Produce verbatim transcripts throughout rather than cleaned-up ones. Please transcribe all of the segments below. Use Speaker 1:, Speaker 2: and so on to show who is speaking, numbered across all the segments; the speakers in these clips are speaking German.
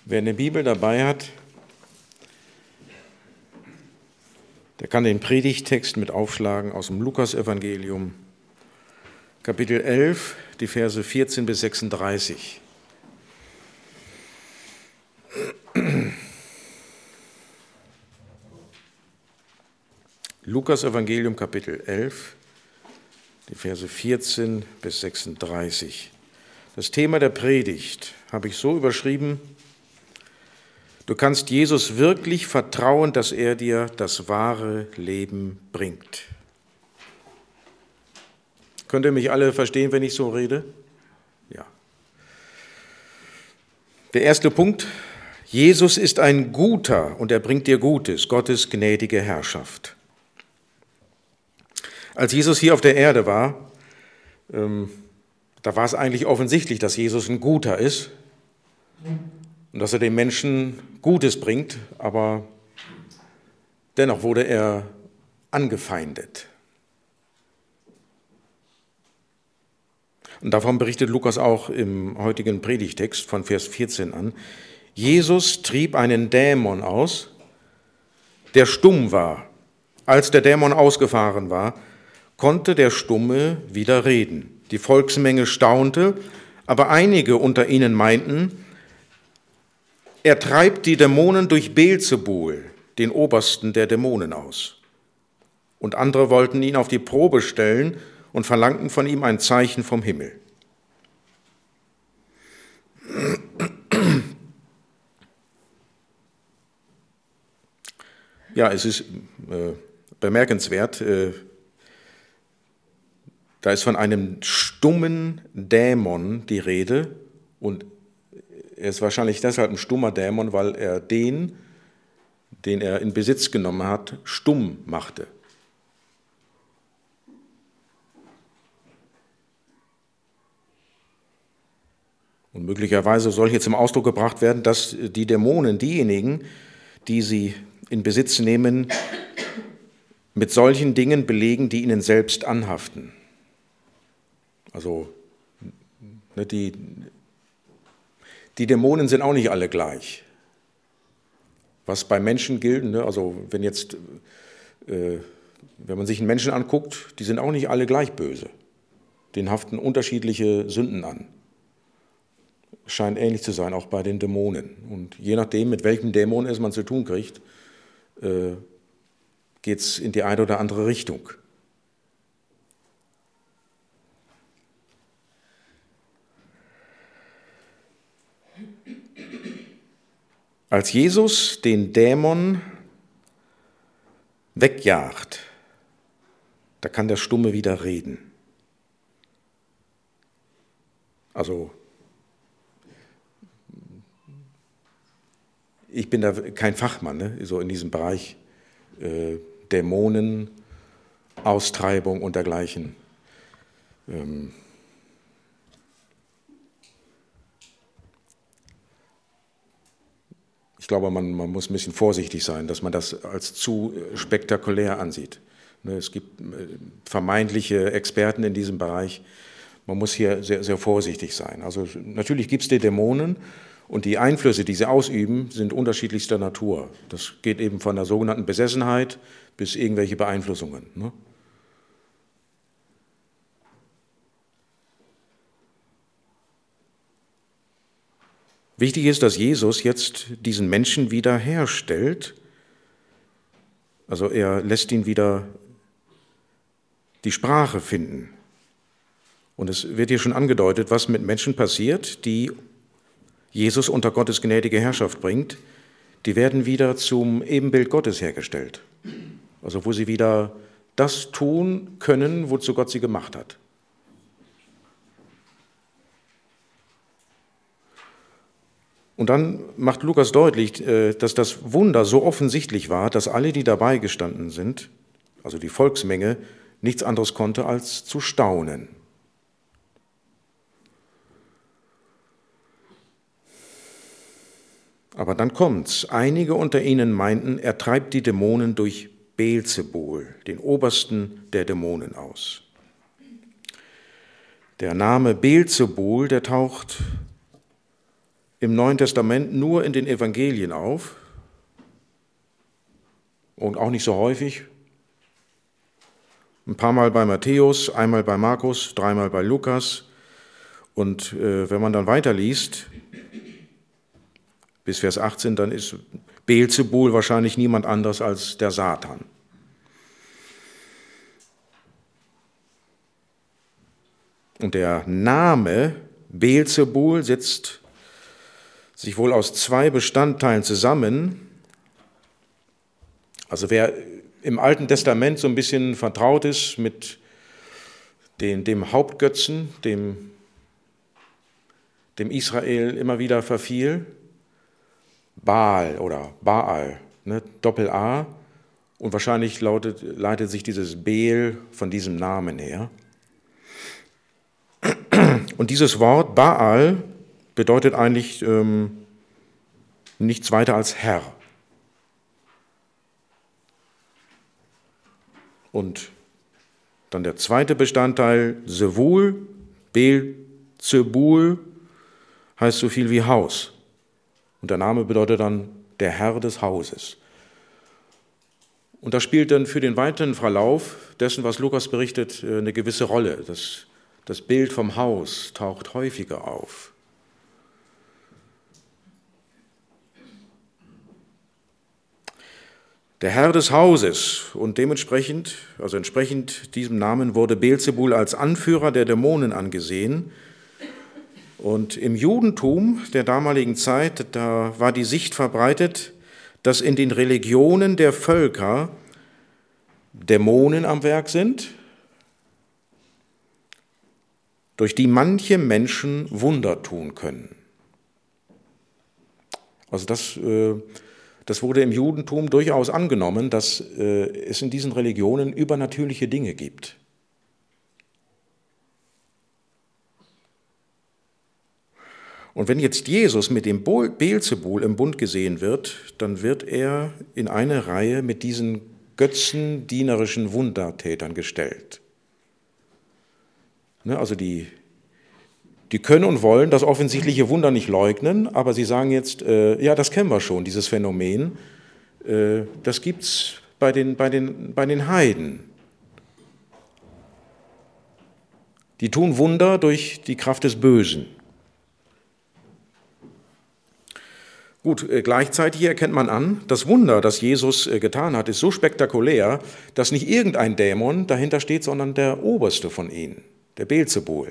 Speaker 1: Wer eine Bibel dabei hat, der kann den Predigttext mit aufschlagen aus dem Lukasevangelium, Kapitel elf, die Verse vierzehn bis sechsunddreißig. Lukasevangelium, Kapitel elf, die Verse vierzehn bis sechsunddreißig. Das Thema der Predigt habe ich so überschrieben: Du kannst Jesus wirklich vertrauen, dass er dir das wahre Leben bringt. Könnt ihr mich alle verstehen, wenn ich so rede? Ja. Der erste Punkt: Jesus ist ein Guter und er bringt dir Gutes, Gottes gnädige Herrschaft. Als Jesus hier auf der Erde war, ähm, da war es eigentlich offensichtlich, dass Jesus ein Guter ist und dass er den Menschen Gutes bringt, aber dennoch wurde er angefeindet. Und davon berichtet Lukas auch im heutigen Predigtext von Vers vierzehn an. Jesus trieb einen Dämon aus, der stumm war. Als der Dämon ausgefahren war, konnte der Stumme wieder reden. Die Volksmenge staunte, aber einige unter ihnen meinten, er treibt die Dämonen durch Beelzebul, den Obersten der Dämonen, aus. Und andere wollten ihn auf die Probe stellen und verlangten von ihm ein Zeichen vom Himmel. Ja, es ist äh, bemerkenswert, äh, da ist von einem stummen Dämon die Rede und er ist wahrscheinlich deshalb ein stummer Dämon, weil er den, den er in Besitz genommen hat, stumm machte. Und möglicherweise soll hier zum Ausdruck gebracht werden, dass die Dämonen diejenigen, die sie in Besitz nehmen, mit solchen Dingen belegen, die ihnen selbst anhaften. Also ne, die, die Dämonen sind auch nicht alle gleich. Was bei Menschen gilt, ne, also wenn jetzt, äh, wenn man sich einen Menschen anguckt, die sind auch nicht alle gleich böse. Denen haften unterschiedliche Sünden an. Scheint ähnlich zu sein, auch bei den Dämonen. Und je nachdem, mit welchem Dämon es man zu tun kriegt, äh, geht es in die eine oder andere Richtung. Als Jesus den Dämon wegjagt, da kann der Stumme wieder reden. Also, ich bin da kein Fachmann, ne, so in diesem Bereich äh, Dämonen, Austreibung und dergleichen. Ähm, Ich glaube, man, man muss ein bisschen vorsichtig sein, dass man das als zu spektakulär ansieht. Es gibt vermeintliche Experten in diesem Bereich. Man muss hier sehr, sehr vorsichtig sein. Also natürlich gibt es die Dämonen und die Einflüsse, die sie ausüben, sind unterschiedlichster Natur. Das geht eben von der sogenannten Besessenheit bis irgendwelche Beeinflussungen, ne? Wichtig ist, dass Jesus jetzt diesen Menschen wieder herstellt. Also er lässt ihn wieder die Sprache finden. Und es wird hier schon angedeutet, was mit Menschen passiert, die Jesus unter Gottes gnädige Herrschaft bringt. Die werden wieder zum Ebenbild Gottes hergestellt. Also wo sie wieder das tun können, wozu Gott sie gemacht hat. Und dann macht Lukas deutlich, dass das Wunder so offensichtlich war, dass alle, die dabei gestanden sind, also die Volksmenge, nichts anderes konnte, als zu staunen. Aber dann kommt's. Einige unter ihnen meinten, er treibt die Dämonen durch Beelzebul, den Obersten der Dämonen, aus. Der Name Beelzebul, der taucht im Neuen Testament nur in den Evangelien auf und auch nicht so häufig. Ein paar Mal bei Matthäus, einmal bei Markus, dreimal bei Lukas. Und äh, wenn man dann weiterliest, bis Vers achtzehn, dann ist Beelzebul wahrscheinlich niemand anderes als der Satan. Und der Name Beelzebul setzt sich wohl aus zwei Bestandteilen zusammen. Also wer im Alten Testament so ein bisschen vertraut ist mit den, dem Hauptgötzen, dem, dem Israel immer wieder verfiel, Baal oder Baal, ne, Doppel-A, und wahrscheinlich lautet, leitet sich dieses Beel von diesem Namen her. Und dieses Wort Baal bedeutet eigentlich ähm, nichts weiter als Herr. Und dann der zweite Bestandteil, Sewul, Beelzebul, heißt so viel wie Haus. Und der Name bedeutet dann der Herr des Hauses. Und das spielt dann für den weiteren Verlauf dessen, was Lukas berichtet, eine gewisse Rolle. Das, das Bild vom Haus taucht häufiger auf. Der Herr des Hauses, und dementsprechend, also entsprechend diesem Namen, wurde Beelzebul als Anführer der Dämonen angesehen. Und im Judentum der damaligen Zeit, da war die Sicht verbreitet, dass in den Religionen der Völker Dämonen am Werk sind, durch die manche Menschen Wunder tun können. Also das, das wurde im Judentum durchaus angenommen, dass es in diesen Religionen übernatürliche Dinge gibt. Und wenn jetzt Jesus mit dem Beelzebul im Bund gesehen wird, dann wird er in eine Reihe mit diesen götzendienerischen Wundertätern gestellt. Also die, die können und wollen das offensichtliche Wunder nicht leugnen, aber sie sagen jetzt, äh, ja, das kennen wir schon, dieses Phänomen, äh, das gibt es bei den, bei den, bei den Heiden. Die tun Wunder durch die Kraft des Bösen. Gut, gleichzeitig erkennt man an, das Wunder, das Jesus getan hat, ist so spektakulär, dass nicht irgendein Dämon dahinter steht, sondern der oberste von ihnen, der Beelzebul.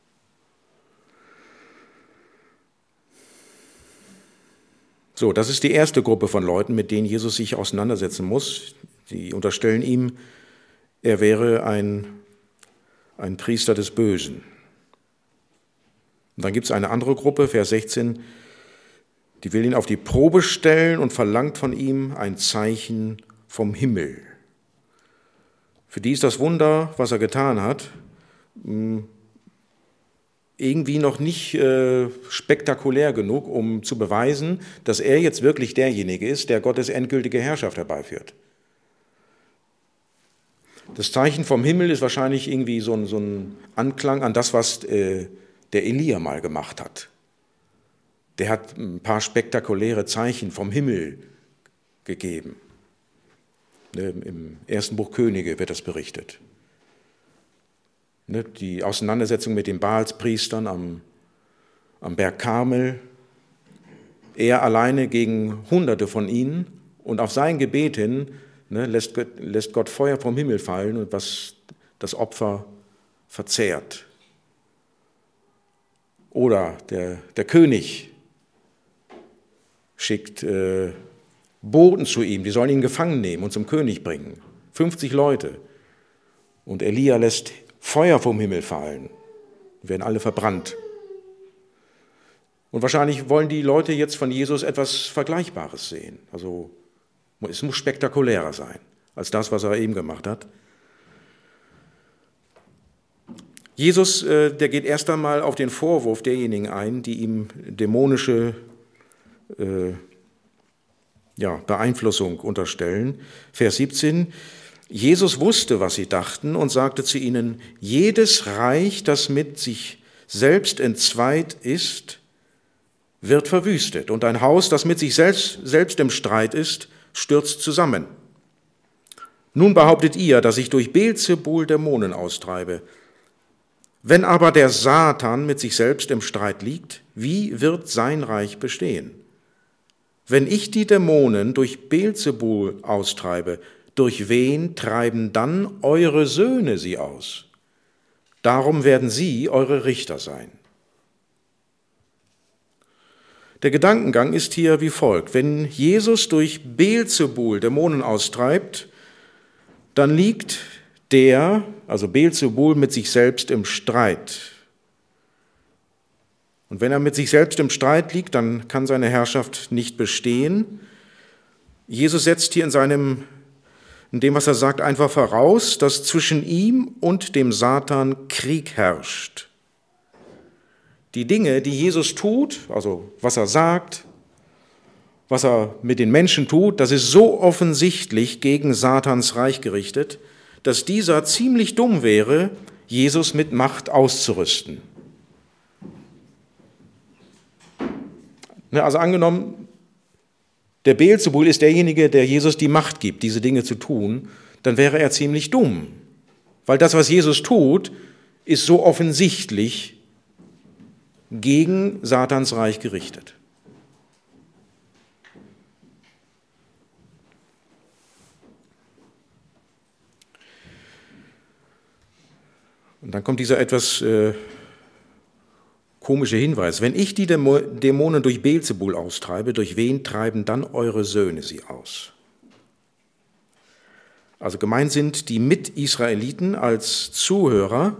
Speaker 1: So, das ist die erste Gruppe von Leuten, mit denen Jesus sich auseinandersetzen muss. Die unterstellen ihm, er wäre ein, ein Priester des Bösen. Und dann gibt es eine andere Gruppe, Vers sechzehn, die will ihn auf die Probe stellen und verlangt von ihm ein Zeichen vom Himmel. Für die ist das Wunder, was er getan hat, irgendwie noch nicht äh, spektakulär genug, um zu beweisen, dass er jetzt wirklich derjenige ist, der Gottes endgültige Herrschaft herbeiführt. Das Zeichen vom Himmel ist wahrscheinlich irgendwie so ein, so ein Anklang an das, was äh, der Elia mal gemacht hat. Der hat ein paar spektakuläre Zeichen vom Himmel gegeben. Im ersten Buch Könige wird das berichtet. Die Auseinandersetzung mit den Baalspriestern am, am Berg Karmel. Er alleine gegen Hunderte von ihnen und auf sein Gebet hin ne, lässt, Gott, lässt Gott Feuer vom Himmel fallen und was das Opfer verzehrt. Oder der, der König schickt äh, Boten zu ihm, die sollen ihn gefangen nehmen und zum König bringen. fünfzig Leute. Und Elia lässt Feuer vom Himmel fallen. Die werden alle verbrannt. Und wahrscheinlich wollen die Leute jetzt von Jesus etwas Vergleichbares sehen. Also es muss spektakulärer sein als das, was er eben gemacht hat. Jesus, äh, der geht erst einmal auf den Vorwurf derjenigen ein, die ihm dämonische äh, ja, Beeinflussung unterstellen. Vers siebzehn. Jesus wusste, was sie dachten und sagte zu ihnen, jedes Reich, das mit sich selbst entzweit ist, wird verwüstet und ein Haus, das mit sich selbst, selbst im Streit ist, stürzt zusammen. Nun behauptet ihr, dass ich durch Beelzebul Dämonen austreibe. Wenn aber der Satan mit sich selbst im Streit liegt, wie wird sein Reich bestehen? Wenn ich die Dämonen durch Beelzebul austreibe, durch wen treiben dann eure Söhne sie aus? Darum werden sie eure Richter sein. Der Gedankengang ist hier wie folgt. Wenn Jesus durch Beelzebul Dämonen austreibt, dann liegt der, also Beelzebul, mit sich selbst im Streit. Und wenn er mit sich selbst im Streit liegt, dann kann seine Herrschaft nicht bestehen. Jesus setzt hier in seinem, in dem, was er sagt, einfach voraus, dass zwischen ihm und dem Satan Krieg herrscht. Die Dinge, die Jesus tut, also was er sagt, was er mit den Menschen tut, das ist so offensichtlich gegen Satans Reich gerichtet, dass dieser ziemlich dumm wäre, Jesus mit Macht auszurüsten. Also angenommen, der Beelzebul ist derjenige, der Jesus die Macht gibt, diese Dinge zu tun, dann wäre er ziemlich dumm. Weil das, was Jesus tut, ist so offensichtlich gegen Satans Reich gerichtet. Und dann kommt dieser etwas äh, komische Hinweis. Wenn ich die Dämonen durch Beelzebul austreibe, durch wen treiben dann eure Söhne sie aus? Also gemeint sind die Mitisraeliten als Zuhörer.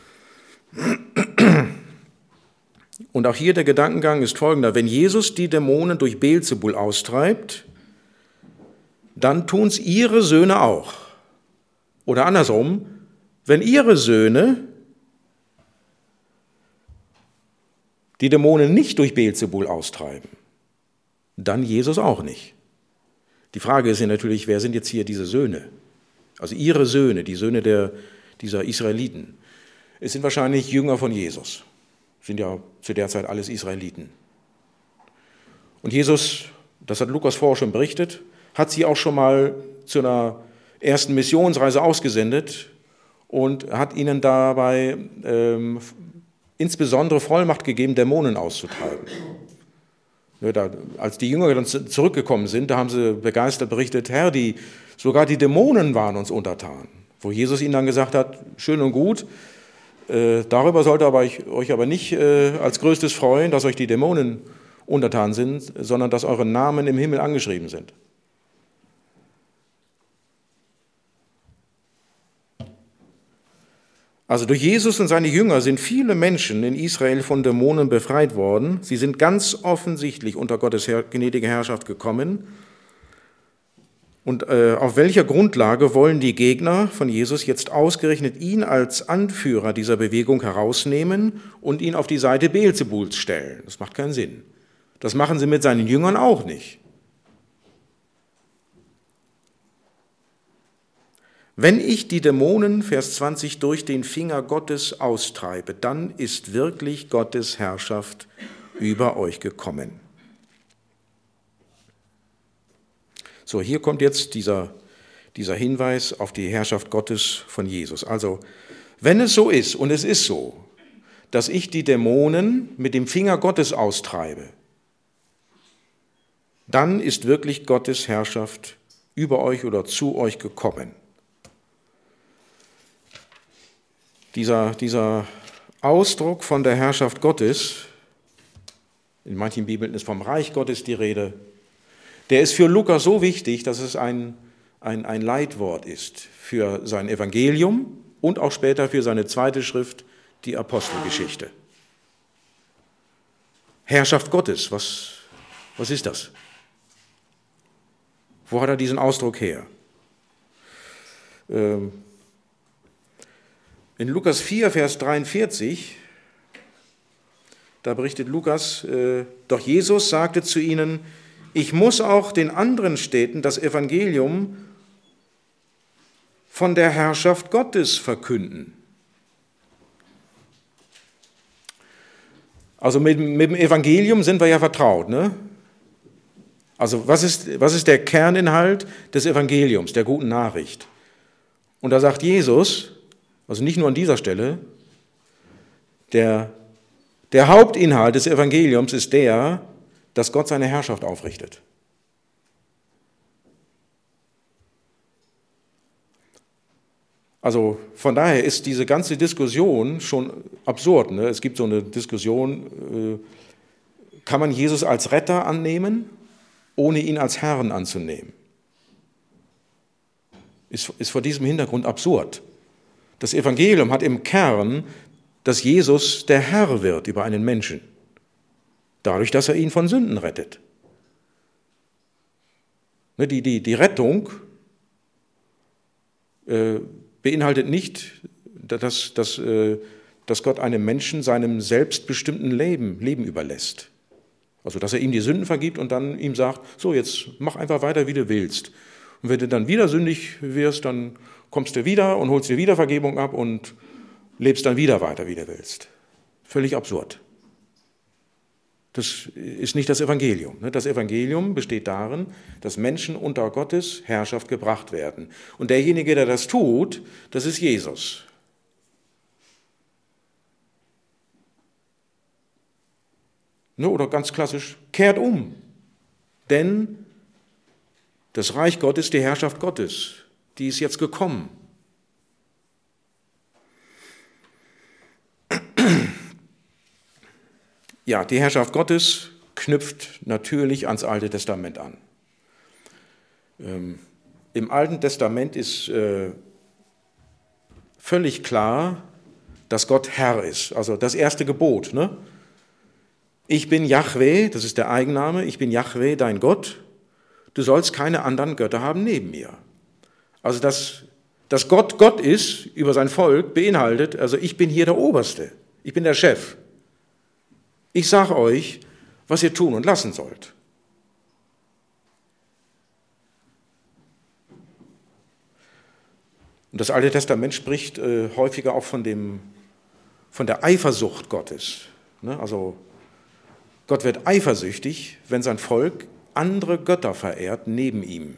Speaker 1: Und auch hier der Gedankengang ist folgender. Wenn Jesus die Dämonen durch Beelzebul austreibt, dann tun es ihre Söhne auch. Oder andersrum, wenn ihre Söhne die Dämonen nicht durch Beelzebul austreiben, dann Jesus auch nicht. Die Frage ist ja natürlich, wer sind jetzt hier diese Söhne? Also ihre Söhne, die Söhne der, dieser Israeliten. Es sind wahrscheinlich Jünger von Jesus. Sind ja zu der Zeit alles Israeliten. Und Jesus, das hat Lukas vorher schon berichtet, hat sie auch schon mal zu einer ersten Missionsreise ausgesendet und hat ihnen dabei ähm, insbesondere Vollmacht gegeben, Dämonen auszutreiben. Ja, da, als die Jünger dann zurückgekommen sind, da haben sie begeistert berichtet, Herr, die, sogar die Dämonen waren uns untertan. Wo Jesus ihnen dann gesagt hat, schön und gut, äh, darüber sollt ihr aber euch, euch aber nicht äh, als größtes freuen, dass euch die Dämonen untertan sind, sondern dass eure Namen im Himmel angeschrieben sind. Also durch Jesus und seine Jünger sind viele Menschen in Israel von Dämonen befreit worden. Sie sind ganz offensichtlich unter Gottes gnädige Herrschaft gekommen. Und äh, auf welcher Grundlage wollen die Gegner von Jesus jetzt ausgerechnet ihn als Anführer dieser Bewegung herausnehmen und ihn auf die Seite Beelzebuls stellen? Das macht keinen Sinn. Das machen sie mit seinen Jüngern auch nicht. Wenn ich die Dämonen, Vers zwanzig, durch den Finger Gottes austreibe, dann ist wirklich Gottes Herrschaft über euch gekommen. So, hier kommt jetzt dieser, dieser Hinweis auf die Herrschaft Gottes von Jesus. Also, wenn es so ist, und es ist so, dass ich die Dämonen mit dem Finger Gottes austreibe, dann ist wirklich Gottes Herrschaft über euch oder zu euch gekommen. Dieser, dieser Ausdruck von der Herrschaft Gottes, in manchen Bibeln ist vom Reich Gottes die Rede, der ist für Lukas so wichtig, dass es ein, ein, ein Leitwort ist für sein Evangelium und auch später für seine zweite Schrift, die Apostelgeschichte. Herrschaft Gottes, was, was ist das? Wo hat er diesen Ausdruck her? Ähm, In Lukas vier, Vers dreiundvierzig, da berichtet Lukas, äh, doch Jesus sagte zu ihnen, ich muss auch den anderen Städten das Evangelium von der Herrschaft Gottes verkünden. Also mit, mit dem Evangelium sind wir ja vertraut, ne? Also was ist, was ist der Kerninhalt des Evangeliums, der guten Nachricht? Und da sagt Jesus, also nicht nur an dieser Stelle, der, der Hauptinhalt des Evangeliums ist der, dass Gott seine Herrschaft aufrichtet. Also von daher ist diese ganze Diskussion schon absurd. Ne? Es gibt so eine Diskussion, äh, kann man Jesus als Retter annehmen, ohne ihn als Herrn anzunehmen? Ist, ist vor diesem Hintergrund absurd. Das Evangelium hat im Kern, dass Jesus der Herr wird über einen Menschen, dadurch, dass er ihn von Sünden rettet. Ne, die, die, die Rettung äh, beinhaltet nicht, dass, dass, äh, dass Gott einem Menschen seinem selbstbestimmten Leben, Leben überlässt. Also, dass er ihm die Sünden vergibt und dann ihm sagt, so, jetzt mach einfach weiter, wie du willst. Und wenn du dann wieder sündig wirst, dann kommst du wieder und holst dir wieder Vergebung ab und lebst dann wieder weiter, wie du willst. Völlig absurd. Das ist nicht das Evangelium. Das Evangelium besteht darin, dass Menschen unter Gottes Herrschaft gebracht werden. Und derjenige, der das tut, das ist Jesus. Oder ganz klassisch, kehrt um. Denn das Reich Gottes, die Herrschaft Gottes, die ist jetzt gekommen. Ja, die Herrschaft Gottes knüpft natürlich ans Alte Testament an. Ähm, Im Alten Testament ist äh, völlig klar, dass Gott Herr ist. Also das erste Gebot, ne? Ich bin Jahwe, das ist der Eigenname, ich bin Jahwe, dein Gott. Du sollst keine anderen Götter haben neben mir. Also dass, dass Gott Gott ist über sein Volk beinhaltet, also ich bin hier der Oberste, ich bin der Chef. Ich sage euch, was ihr tun und lassen sollt. Und das Alte Testament spricht äh, häufiger auch von, dem, von der Eifersucht Gottes. Ne? Also Gott wird eifersüchtig, wenn sein Volk andere Götter verehrt neben ihm.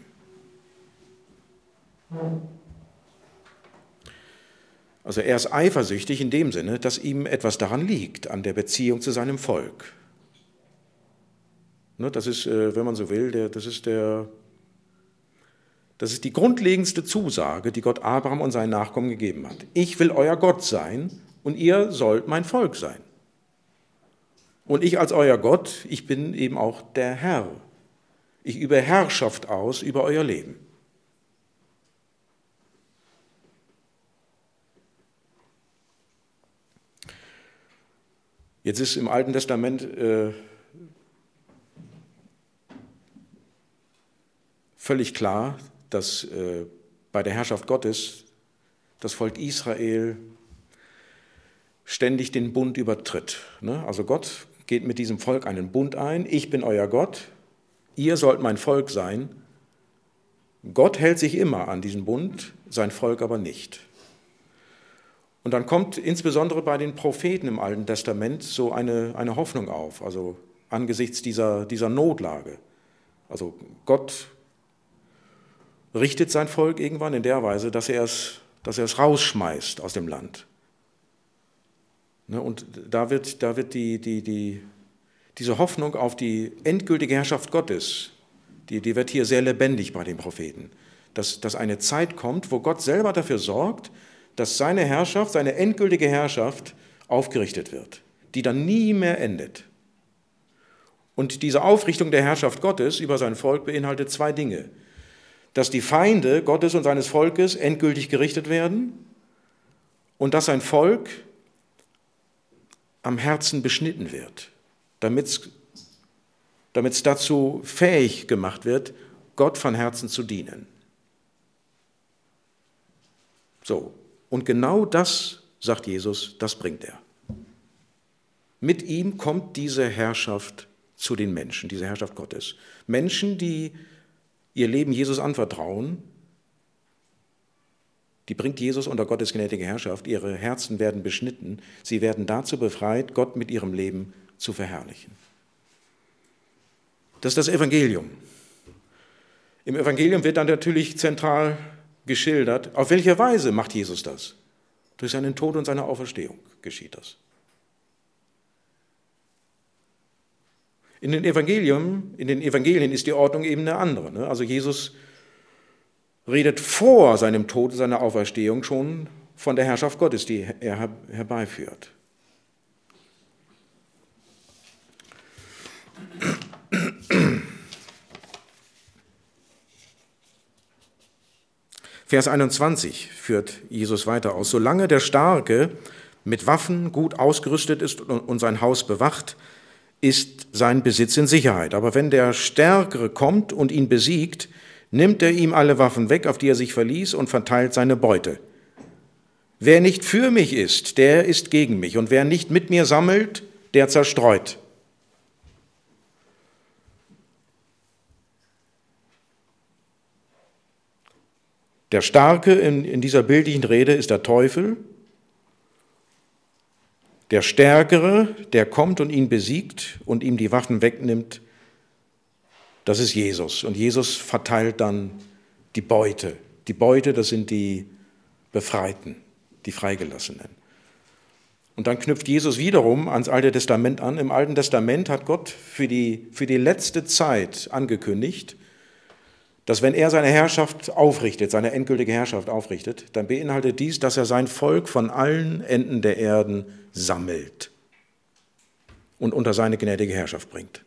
Speaker 1: Also er ist eifersüchtig in dem Sinne, dass ihm etwas daran liegt, an der Beziehung zu seinem Volk. Ne, das ist, wenn man so will, der, das ist der, das ist die grundlegendste Zusage, die Gott Abraham und seinen Nachkommen gegeben hat. Ich will euer Gott sein und ihr sollt mein Volk sein. Und ich als euer Gott, ich bin eben auch der Herr. Ich übe Herrschaft aus über euer Leben. Jetzt ist im Alten Testament äh, völlig klar, dass äh, bei der Herrschaft Gottes das Volk Israel ständig den Bund übertritt. Ne? Also Gott geht mit diesem Volk einen Bund ein. Ich bin euer Gott, ihr sollt mein Volk sein. Gott hält sich immer an diesen Bund, sein Volk aber nicht. Und dann kommt insbesondere bei den Propheten im Alten Testament so eine, eine Hoffnung auf, also angesichts dieser, dieser Notlage. Also Gott richtet sein Volk irgendwann in der Weise, dass er es, dass er es rausschmeißt aus dem Land. Und da wird, da wird die, die, die, diese Hoffnung auf die endgültige Herrschaft Gottes, die, die wird hier sehr lebendig bei den Propheten. Dass, dass eine Zeit kommt, wo Gott selber dafür sorgt, dass seine Herrschaft, seine endgültige Herrschaft aufgerichtet wird, die dann nie mehr endet. Und diese Aufrichtung der Herrschaft Gottes über sein Volk beinhaltet zwei Dinge. Dass die Feinde Gottes und seines Volkes endgültig gerichtet werden und dass sein Volk am Herzen beschnitten wird, damit es dazu fähig gemacht wird, Gott von Herzen zu dienen. So, und genau das, sagt Jesus, das bringt er. Mit ihm kommt diese Herrschaft zu den Menschen, diese Herrschaft Gottes. Menschen, die ihr Leben Jesus anvertrauen, die bringt Jesus unter Gottes gnädige Herrschaft. Ihre Herzen werden beschnitten. Sie werden dazu befreit, Gott mit ihrem Leben zu verherrlichen. Das ist das Evangelium. Im Evangelium wird dann natürlich zentral geschildert, auf welche Weise macht Jesus das? Durch seinen Tod und seine Auferstehung geschieht das. In den Evangelien, in den Evangelien ist die Ordnung eben eine andere. Also Jesus redet vor seinem Tod und seiner Auferstehung schon von der Herrschaft Gottes, die er herbeiführt. Vers einundzwanzig führt Jesus weiter aus. Solange der Starke mit Waffen gut ausgerüstet ist und sein Haus bewacht, ist sein Besitz in Sicherheit. Aber wenn der Stärkere kommt und ihn besiegt, nimmt er ihm alle Waffen weg, auf die er sich verließ, und verteilt seine Beute. Wer nicht für mich ist, der ist gegen mich. Und wer nicht mit mir sammelt, der zerstreut. Der Starke in, in dieser bildlichen Rede ist der Teufel. Der Stärkere, der kommt und ihn besiegt und ihm die Waffen wegnimmt, das ist Jesus. Und Jesus verteilt dann die Beute. Die Beute, das sind die Befreiten, die Freigelassenen. Und dann knüpft Jesus wiederum ans Alte Testament an. Im Alten Testament hat Gott für die, für die letzte Zeit angekündigt, dass wenn er seine Herrschaft aufrichtet, seine endgültige Herrschaft aufrichtet, dann beinhaltet dies, dass er sein Volk von allen Enden der Erden sammelt und unter seine gnädige Herrschaft bringt.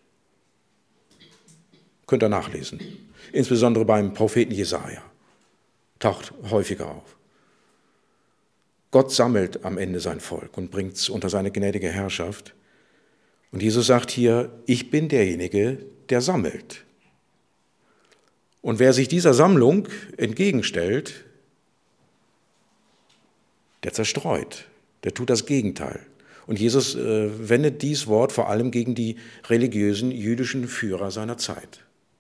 Speaker 1: Könnt ihr nachlesen. Insbesondere beim Propheten Jesaja. Taucht häufiger auf. Gott sammelt am Ende sein Volk und bringt es unter seine gnädige Herrschaft. Und Jesus sagt hier, ich bin derjenige, der sammelt. Und wer sich dieser Sammlung entgegenstellt, der zerstreut, der tut das Gegenteil. Und Jesus äh, wendet dies Wort vor allem gegen die religiösen jüdischen Führer seiner Zeit.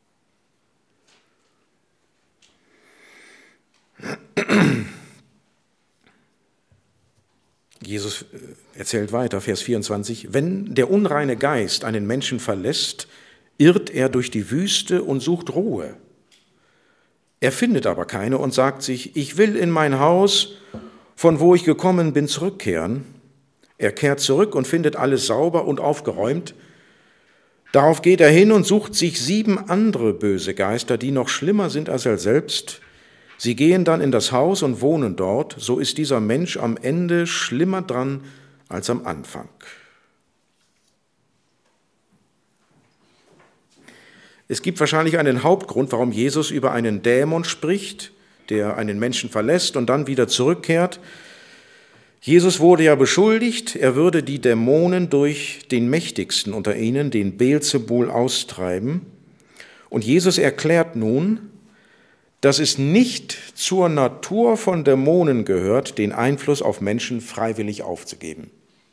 Speaker 1: Jesus erzählt weiter, Vers vierundzwanzig, wenn der unreine Geist einen Menschen verlässt, irrt er durch die Wüste und sucht Ruhe. Er findet aber keine und sagt sich, ich will in mein Haus, von wo ich gekommen bin, zurückkehren. Er kehrt zurück und findet alles sauber und aufgeräumt. Darauf geht er hin und sucht sich sieben andere böse Geister, die noch schlimmer sind als er selbst. Sie gehen dann in das Haus und wohnen dort. So ist dieser Mensch am Ende schlimmer dran als am Anfang. Es gibt wahrscheinlich einen Hauptgrund, warum Jesus über einen Dämon spricht, der einen Menschen verlässt und dann wieder zurückkehrt. Jesus wurde ja beschuldigt, er würde die Dämonen durch den Mächtigsten unter ihnen, den Beelzebul, austreiben. Und Jesus erklärt nun, dass es nicht zur Natur von Dämonen gehört, den Einfluss auf Menschen freiwillig aufzugeben.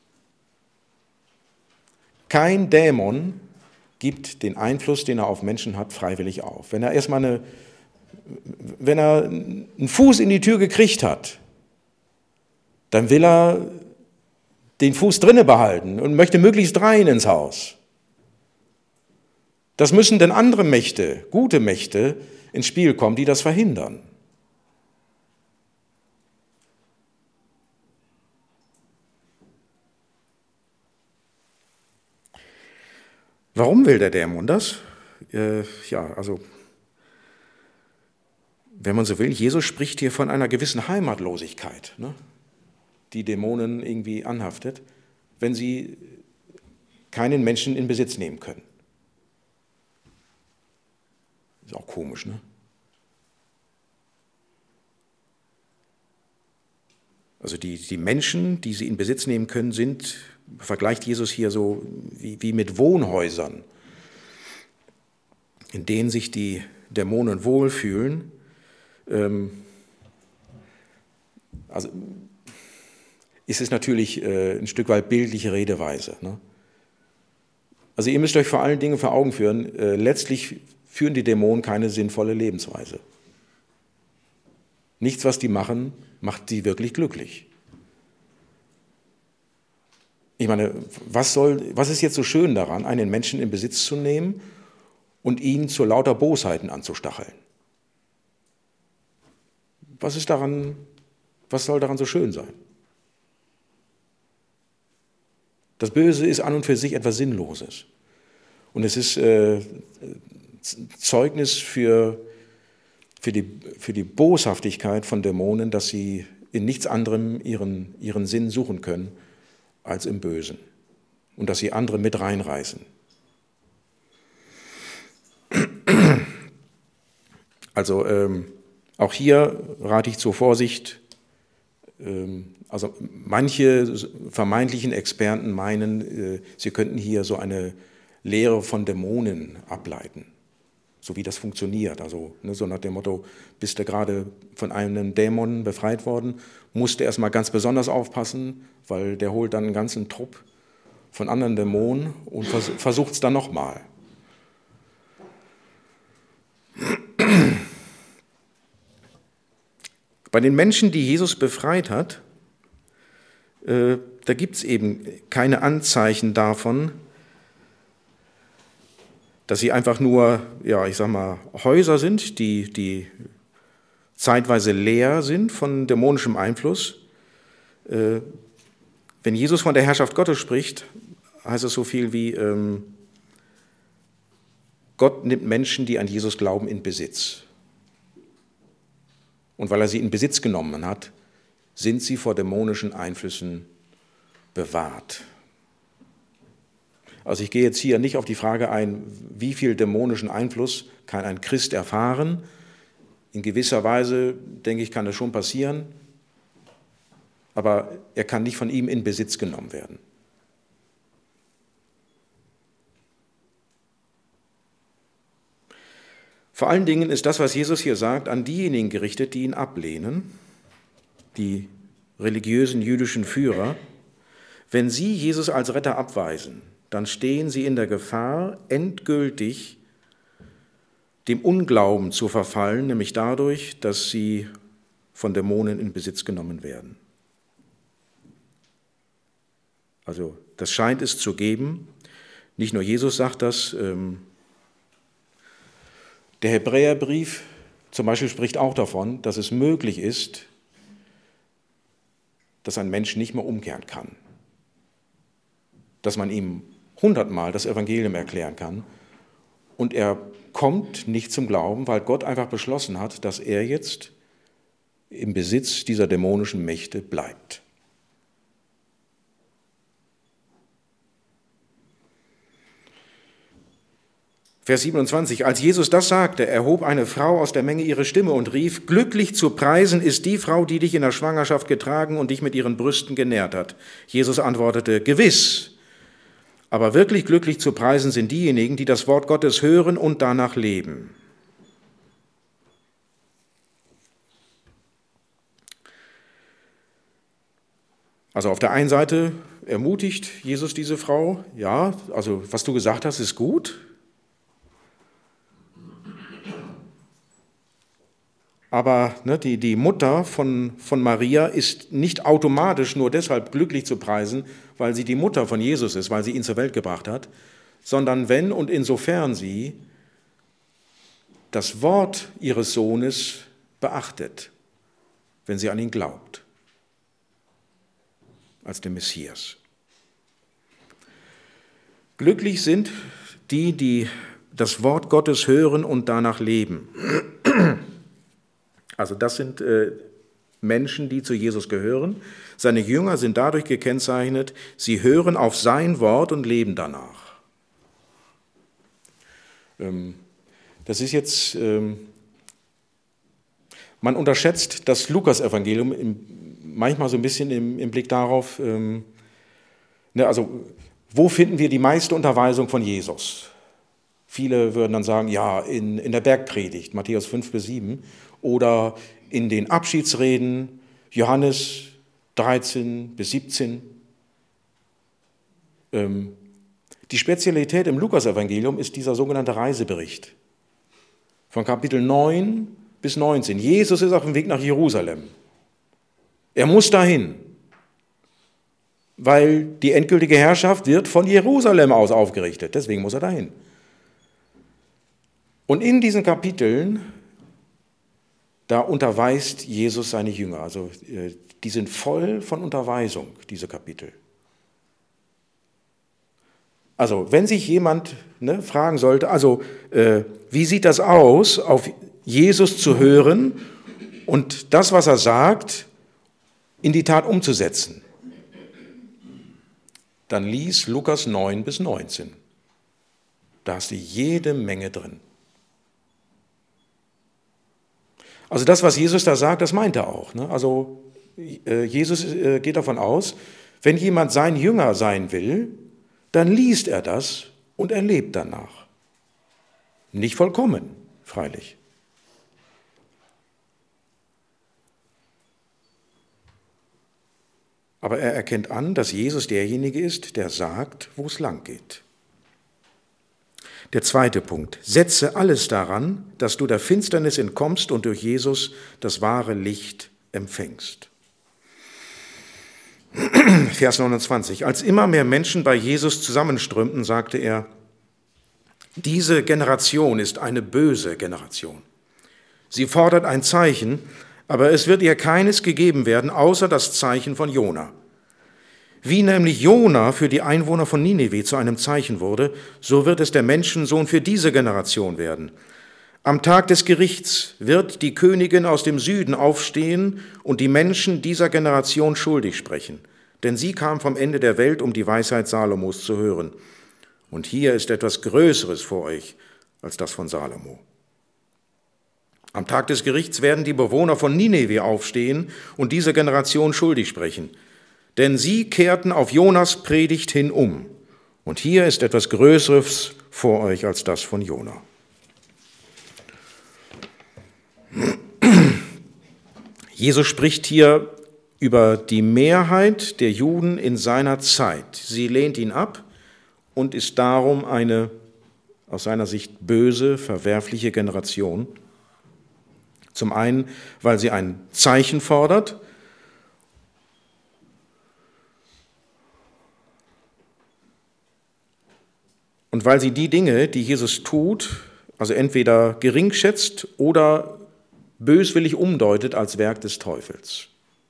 Speaker 1: Kein Dämon gibt den Einfluss, den er auf Menschen hat, freiwillig auf. Wenn er erstmal eine, wenn er einen Fuß in die Tür gekriegt hat, dann will er den Fuß drinne behalten und möchte möglichst rein ins Haus. Das müssen denn andere Mächte, gute Mächte, ins Spiel kommen, die das verhindern. Warum will der Dämon das? Äh, ja, also, wenn man so will, Jesus spricht hier von einer gewissen Heimatlosigkeit, ne, die Dämonen irgendwie anhaftet, wenn sie keinen Menschen in Besitz nehmen können. Ist auch komisch, ne? Also die, die Menschen, die sie in Besitz nehmen können, sind, vergleicht Jesus hier so wie, wie mit Wohnhäusern, in denen sich die Dämonen wohlfühlen. Ähm, also ist es natürlich äh, ein Stück weit bildliche Redeweise, ne? Also ihr müsst euch vor allen Dingen vor Augen führen, äh, letztlich führen die Dämonen keine sinnvolle Lebensweise. Nichts, was die machen, macht sie wirklich glücklich. Ich meine, was soll, was ist jetzt so schön daran, einen Menschen in Besitz zu nehmen und ihn zu lauter Bosheiten anzustacheln? Was ist daran, was soll daran so schön sein? Das Böse ist an und für sich etwas Sinnloses. Und es ist äh, Zeugnis für, für, die, für die Boshaftigkeit von Dämonen, dass sie in nichts anderem ihren, ihren Sinn suchen können als im Bösen. Und dass sie andere mit reinreißen. Also ähm, auch hier rate ich zur Vorsicht. Ähm, also manche vermeintlichen Experten meinen, äh, sie könnten hier so eine Lehre von Dämonen ableiten, so wie das funktioniert. Also ne, so nach dem Motto, bist du gerade von einem Dämon befreit worden, musst du erstmal ganz besonders aufpassen, weil der holt dann einen ganzen Trupp von anderen Dämonen und vers- versucht es dann nochmal. Bei den Menschen, die Jesus befreit hat, äh, da gibt es eben keine Anzeichen davon, dass sie einfach nur, ja, ich sag mal, Häuser sind, die, die zeitweise leer sind von dämonischem Einfluss. Äh, wenn Jesus von der Herrschaft Gottes spricht, heißt es so viel wie, ähm, Gott nimmt Menschen, die an Jesus glauben, in Besitz. Und weil er sie in Besitz genommen hat, sind sie vor dämonischen Einflüssen bewahrt. Also ich gehe jetzt hier nicht auf die Frage ein, wie viel dämonischen Einfluss kann ein Christ erfahren. In gewisser Weise, denke ich, kann das schon passieren, aber er kann nicht von ihm in Besitz genommen werden. Vor allen Dingen ist das, was Jesus hier sagt, an diejenigen gerichtet, die ihn ablehnen, die religiösen jüdischen Führer. Wenn sie Jesus als Retter abweisen, dann stehen sie in der Gefahr, endgültig dem Unglauben zu verfallen, nämlich dadurch, dass sie von Dämonen in Besitz genommen werden. Also das scheint es zu geben. Nicht nur Jesus sagt das. Ähm, der Hebräerbrief zum Beispiel spricht auch davon, dass es möglich ist, dass ein Mensch nicht mehr umkehren kann. Dass man ihm hundertmal das Evangelium erklären kann und er kommt nicht zum Glauben, weil Gott einfach beschlossen hat, dass er jetzt im Besitz dieser dämonischen Mächte bleibt. Vers siebenundzwanzig, als Jesus das sagte, erhob eine Frau aus der Menge ihre Stimme und rief, glücklich zu preisen ist die Frau, die dich in der Schwangerschaft getragen und dich mit ihren Brüsten genährt hat. Jesus antwortete, gewiss, aber wirklich glücklich zu preisen sind diejenigen, die das Wort Gottes hören und danach leben. Also auf der einen Seite ermutigt Jesus diese Frau, ja, also was du gesagt hast, ist gut. Aber ne, die, die Mutter von, von Maria ist nicht automatisch nur deshalb glücklich zu preisen, weil sie die Mutter von Jesus ist, weil sie ihn zur Welt gebracht hat, sondern wenn und insofern sie das Wort ihres Sohnes beachtet, wenn sie an ihn glaubt, als den Messias. Glücklich sind die, die das Wort Gottes hören und danach leben. Also das sind äh, Menschen, die zu Jesus gehören. Seine Jünger sind dadurch gekennzeichnet, sie hören auf sein Wort und leben danach. Ähm, das ist jetzt, ähm, man unterschätzt das Lukas-Evangelium im, manchmal so ein bisschen im, im Blick darauf, ähm, ne, also wo finden wir die meiste Unterweisung von Jesus? Viele würden dann sagen, ja, in, in der Bergpredigt, Matthäus fünf bis sieben, oder in den Abschiedsreden, Johannes dreizehn bis siebzehn. Ähm, die Spezialität im Lukas-Evangelium ist dieser sogenannte Reisebericht. Von Kapitel neun bis neunzehn. Jesus ist auf dem Weg nach Jerusalem. Er muss dahin. weil die endgültige Herrschaft wird von Jerusalem aus aufgerichtet. Deswegen muss er dahin. Und in diesen Kapiteln, da unterweist Jesus seine Jünger. Also die sind voll von Unterweisung, diese Kapitel. Also wenn sich jemand ne, fragen sollte, also äh, wie sieht das aus, auf Jesus zu hören und das, was er sagt, in die Tat umzusetzen, dann lies Lukas neun bis neunzehn. Da hast du jede Menge drin. Also das, was Jesus da sagt, das meint er auch. Ne? Also äh, Jesus äh, geht davon aus, wenn jemand sein Jünger sein will, dann liest er das und er lebt danach. Nicht vollkommen, freilich. Aber er erkennt an, dass Jesus derjenige ist, der sagt, wo es lang geht. Der zweite Punkt. Setze alles daran, dass du der Finsternis entkommst und durch Jesus das wahre Licht empfängst. Vers neunundzwanzig. Als immer mehr Menschen bei Jesus zusammenströmten, sagte er, diese Generation ist eine böse Generation. Sie fordert ein Zeichen, aber es wird ihr keines gegeben werden, außer das Zeichen von Jona. Wie nämlich Jona für die Einwohner von Ninive zu einem Zeichen wurde, so wird es der Menschensohn für diese Generation werden. Am Tag des Gerichts wird die Königin aus dem Süden aufstehen und die Menschen dieser Generation schuldig sprechen. Denn sie kam vom Ende der Welt, um die Weisheit Salomos zu hören. Und hier ist etwas Größeres vor euch als das von Salomo. Am Tag des Gerichts werden die Bewohner von Ninive aufstehen und diese Generation schuldig sprechen. Denn sie kehrten auf Jonas Predigt hin um. Und hier ist etwas Größeres vor euch als das von Jona. Jesus spricht hier über die Mehrheit der Juden in seiner Zeit. Sie lehnt ihn ab und ist darum eine aus seiner Sicht böse, verwerfliche Generation. Zum einen, weil sie ein Zeichen fordert, und weil sie die Dinge, die Jesus tut, also entweder geringschätzt oder böswillig umdeutet als Werk des Teufels.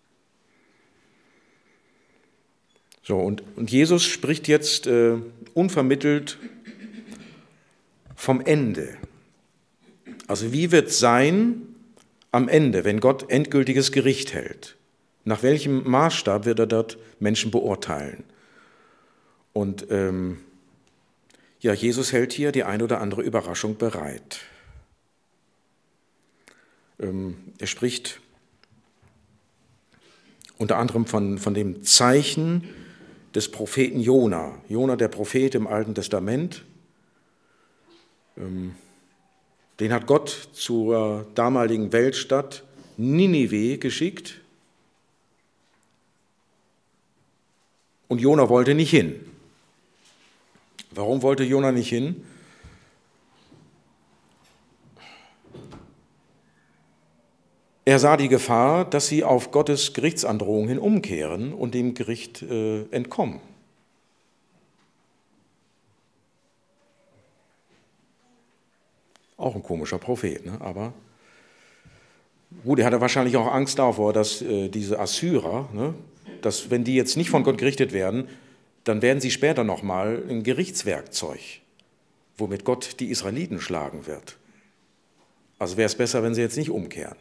Speaker 1: So, und, und Jesus spricht jetzt äh, unvermittelt vom Ende. Also wie wird es sein am Ende, wenn Gott endgültiges Gericht hält? Nach welchem Maßstab wird er dort Menschen beurteilen? Und ähm, ja, Jesus hält hier die ein oder andere Überraschung bereit. Ähm, er spricht unter anderem von, von dem Zeichen des Propheten Jona. Jona, der Prophet im Alten Testament, ähm, den hat Gott zur damaligen Weltstadt Ninive geschickt. Und Jona wollte nicht hin. Warum wollte Jona nicht hin? Er sah die Gefahr, dass sie auf Gottes Gerichtsandrohung hin umkehren und dem Gericht äh, entkommen. Auch ein komischer Prophet, ne? Aber gut, er hatte wahrscheinlich auch Angst davor, dass äh, diese Assyrer, ne, dass wenn die jetzt nicht von Gott gerichtet werden, dann werden sie später nochmal ein Gerichtswerkzeug, womit Gott die Israeliten schlagen wird. Also wäre es besser, wenn sie jetzt nicht umkehren.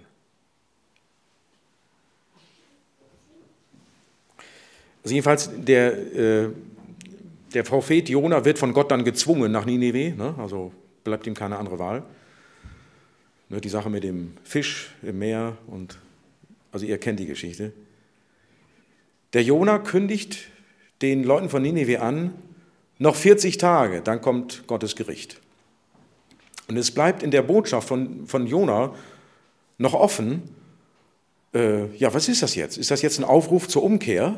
Speaker 1: Also jedenfalls, der, äh, der Prophet Jona wird von Gott dann gezwungen nach Ninive, ne? Also bleibt ihm keine andere Wahl. Ne, die Sache mit dem Fisch im Meer, und also ihr kennt die Geschichte. Der Jona kündigt den Leuten von Ninive an, noch vierzig Tage, dann kommt Gottes Gericht. Und es bleibt in der Botschaft von, von Jona noch offen, äh, ja, was ist das jetzt? Ist das jetzt ein Aufruf zur Umkehr?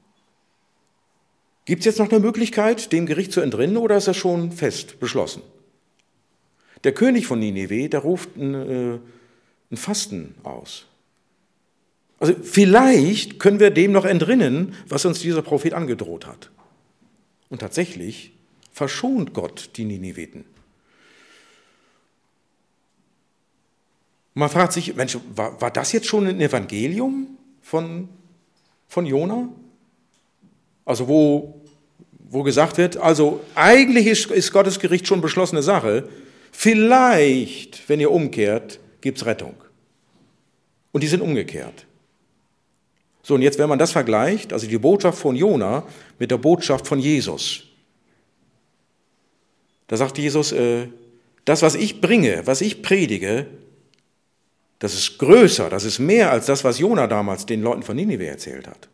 Speaker 1: Gibt es jetzt noch eine Möglichkeit, dem Gericht zu entrinnen, oder ist das schon fest beschlossen? Der König von Ninive, der ruft ein, äh, ein Fasten aus. Also vielleicht können wir dem noch entrinnen, was uns dieser Prophet angedroht hat. Und tatsächlich verschont Gott die Nineviten. Man fragt sich, Mensch, war, war das jetzt schon ein Evangelium von, von Jona? Also wo, wo gesagt wird, also eigentlich ist, ist Gottes Gericht schon beschlossene Sache. Vielleicht, wenn ihr umkehrt, gibt es Rettung. Und die sind umgekehrt. So, und jetzt, wenn man das vergleicht, also die Botschaft von Jona mit der Botschaft von Jesus, da sagt Jesus, äh, das, was ich bringe, was ich predige, das ist größer, das ist mehr als das, was Jona damals den Leuten von Ninive erzählt hat.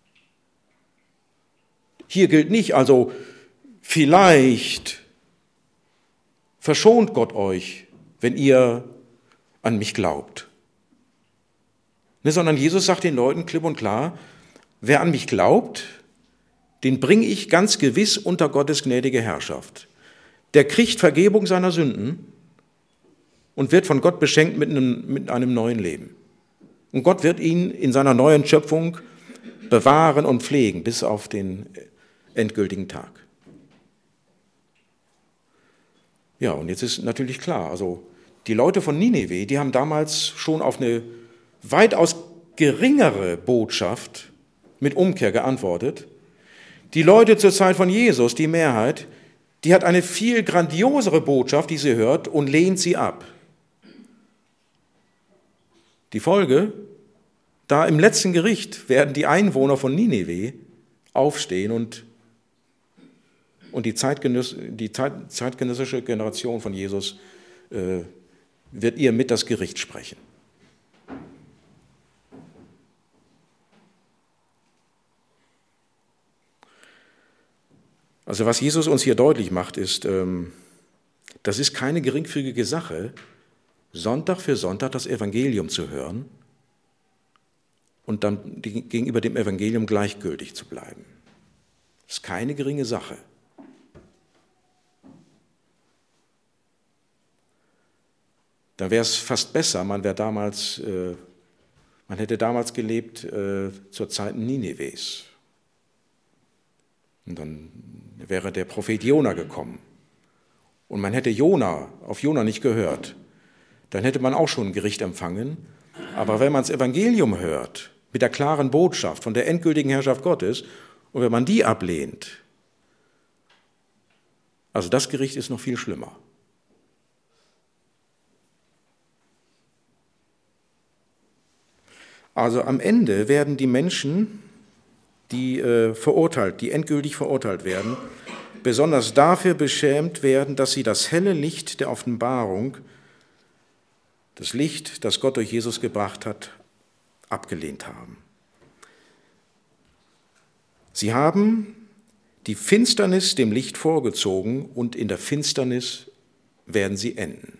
Speaker 1: Hier gilt nicht, also vielleicht verschont Gott euch, wenn ihr an mich glaubt. Ne, sondern Jesus sagt den Leuten klipp und klar, wer an mich glaubt, den bringe ich ganz gewiss unter Gottes gnädige Herrschaft. Der kriegt Vergebung seiner Sünden und wird von Gott beschenkt mit einem, mit einem neuen Leben. Und Gott wird ihn in seiner neuen Schöpfung bewahren und pflegen bis auf den endgültigen Tag. Ja, und jetzt ist natürlich klar, also die Leute von Ninive, die haben damals schon auf eine weitaus geringere Botschaft mit Umkehr geantwortet. Die Leute zur Zeit von Jesus, die Mehrheit, die hat eine viel grandiosere Botschaft, die sie hört, und lehnt sie ab. Die Folge, da im letzten Gericht werden die Einwohner von Ninive aufstehen und, und die, Zeitgenöss, die zeitgenössische Generation von Jesus äh, wird ihr mit das Gericht sprechen. Also was Jesus uns hier deutlich macht, ist, ähm, das ist keine geringfügige Sache, Sonntag für Sonntag das Evangelium zu hören und dann gegenüber dem Evangelium gleichgültig zu bleiben. Das ist keine geringe Sache. Dann wäre es fast besser, man wäre damals, äh, man hätte damals gelebt äh, zur Zeit Ninives. Und dann wäre der Prophet Jona gekommen. Und man hätte Jona, auf Jona nicht gehört. Dann hätte man auch schon ein Gericht empfangen. Aber wenn man das Evangelium hört, mit der klaren Botschaft von der endgültigen Herrschaft Gottes, und wenn man die ablehnt, also das Gericht ist noch viel schlimmer. Also am Ende werden die Menschen, die äh, verurteilt, die endgültig verurteilt werden, besonders dafür beschämt werden, dass sie das helle Licht der Offenbarung, das Licht, das Gott durch Jesus gebracht hat, abgelehnt haben. Sie haben die Finsternis dem Licht vorgezogen und in der Finsternis werden sie enden.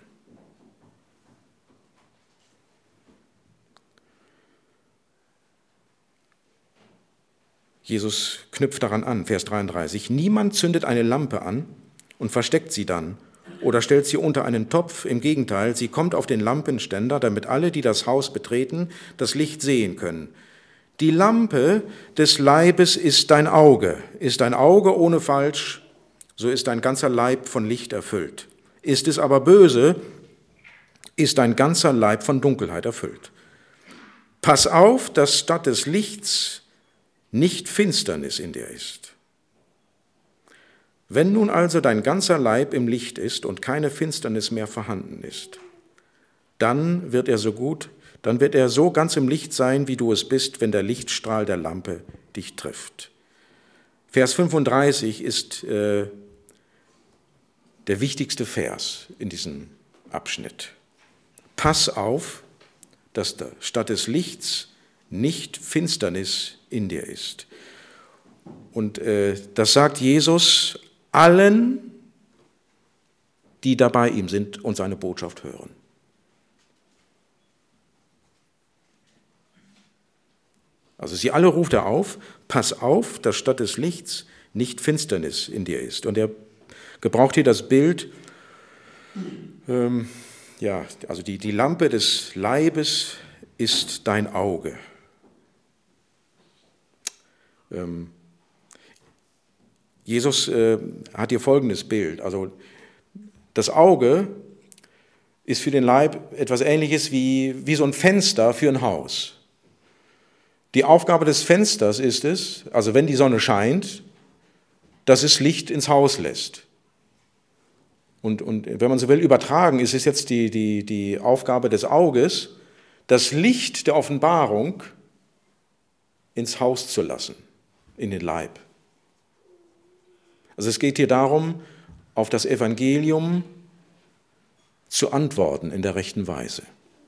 Speaker 1: Jesus knüpft daran an, Vers dreiunddreißig. Niemand zündet eine Lampe an und versteckt sie dann oder stellt sie unter einen Topf. Im Gegenteil, sie kommt auf den Lampenständer, damit alle, die das Haus betreten, das Licht sehen können. Die Lampe des Leibes ist dein Auge. Ist dein Auge ohne Falsch, so ist dein ganzer Leib von Licht erfüllt. Ist es aber böse, ist dein ganzer Leib von Dunkelheit erfüllt. Pass auf, dass statt des Lichts nicht Finsternis in dir ist. Wenn nun also dein ganzer Leib im Licht ist und keine Finsternis mehr vorhanden ist, dann wird er so gut, dann wird er so ganz im Licht sein, wie du es bist, wenn der Lichtstrahl der Lampe dich trifft. Vers fünfunddreißig ist äh, der wichtigste Vers in diesem Abschnitt. Pass auf, dass da statt des Lichts nicht Finsternis in dir ist. Und äh, das sagt Jesus allen, die da bei ihm sind und seine Botschaft hören. Also sie alle ruft er auf, pass auf, dass statt des Lichts nicht Finsternis in dir ist. Und er gebraucht hier das Bild, ähm, ja, also die, die Lampe des Leibes ist dein Auge. Ähm, Jesus äh, hat hier folgendes Bild. Also das Auge ist für den Leib etwas Ähnliches wie, wie so ein Fenster für ein Haus. Die Aufgabe des Fensters ist es, also wenn die Sonne scheint, dass es Licht ins Haus lässt. Und, und wenn man so will, übertragen ist es jetzt die, die, die Aufgabe des Auges, das Licht der Offenbarung ins Haus zu lassen, in den Leib. Also es geht hier darum, auf das Evangelium zu antworten in der rechten Weise.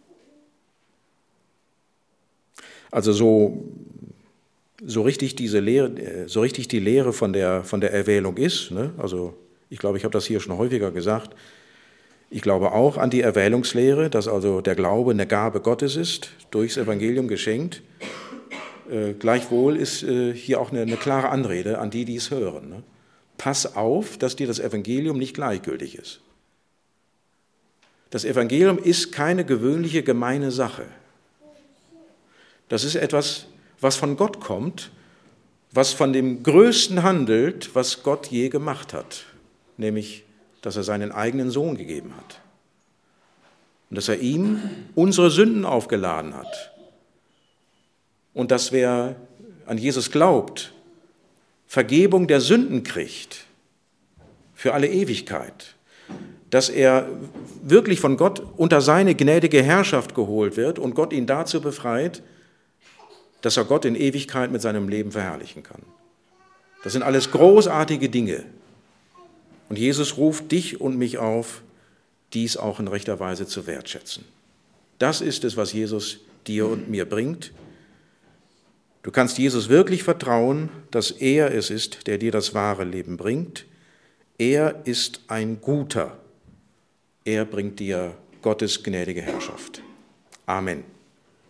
Speaker 1: Also so, so richtig diese Lehre, so richtig die Lehre von der, von der Erwählung ist, ne? Also ich glaube, ich habe das hier schon häufiger gesagt, ich glaube auch an die Erwählungslehre, dass also der Glaube eine Gabe Gottes ist, durchs Evangelium geschenkt. Äh, gleichwohl ist äh, hier auch eine, eine klare Anrede an die, die es hören. Ne? Pass auf, dass dir das Evangelium nicht gleichgültig ist. Das Evangelium ist keine gewöhnliche gemeine Sache. Das ist etwas, was von Gott kommt, was von dem Größten handelt, was Gott je gemacht hat, nämlich, dass er seinen eigenen Sohn gegeben hat und dass er ihm unsere Sünden aufgeladen hat und dass wer an Jesus glaubt, Vergebung der Sünden kriegt für alle Ewigkeit, dass er wirklich von Gott unter seine gnädige Herrschaft geholt wird und Gott ihn dazu befreit, dass er Gott in Ewigkeit mit seinem Leben verherrlichen kann. Das sind alles großartige Dinge. Und Jesus ruft dich und mich auf, dies auch in rechter Weise zu wertschätzen. Das ist es, was Jesus dir und mir bringt. Du kannst Jesus wirklich vertrauen, dass er es ist, der dir das wahre Leben bringt. Er ist ein Guter. Er bringt dir Gottes gnädige Herrschaft. Amen.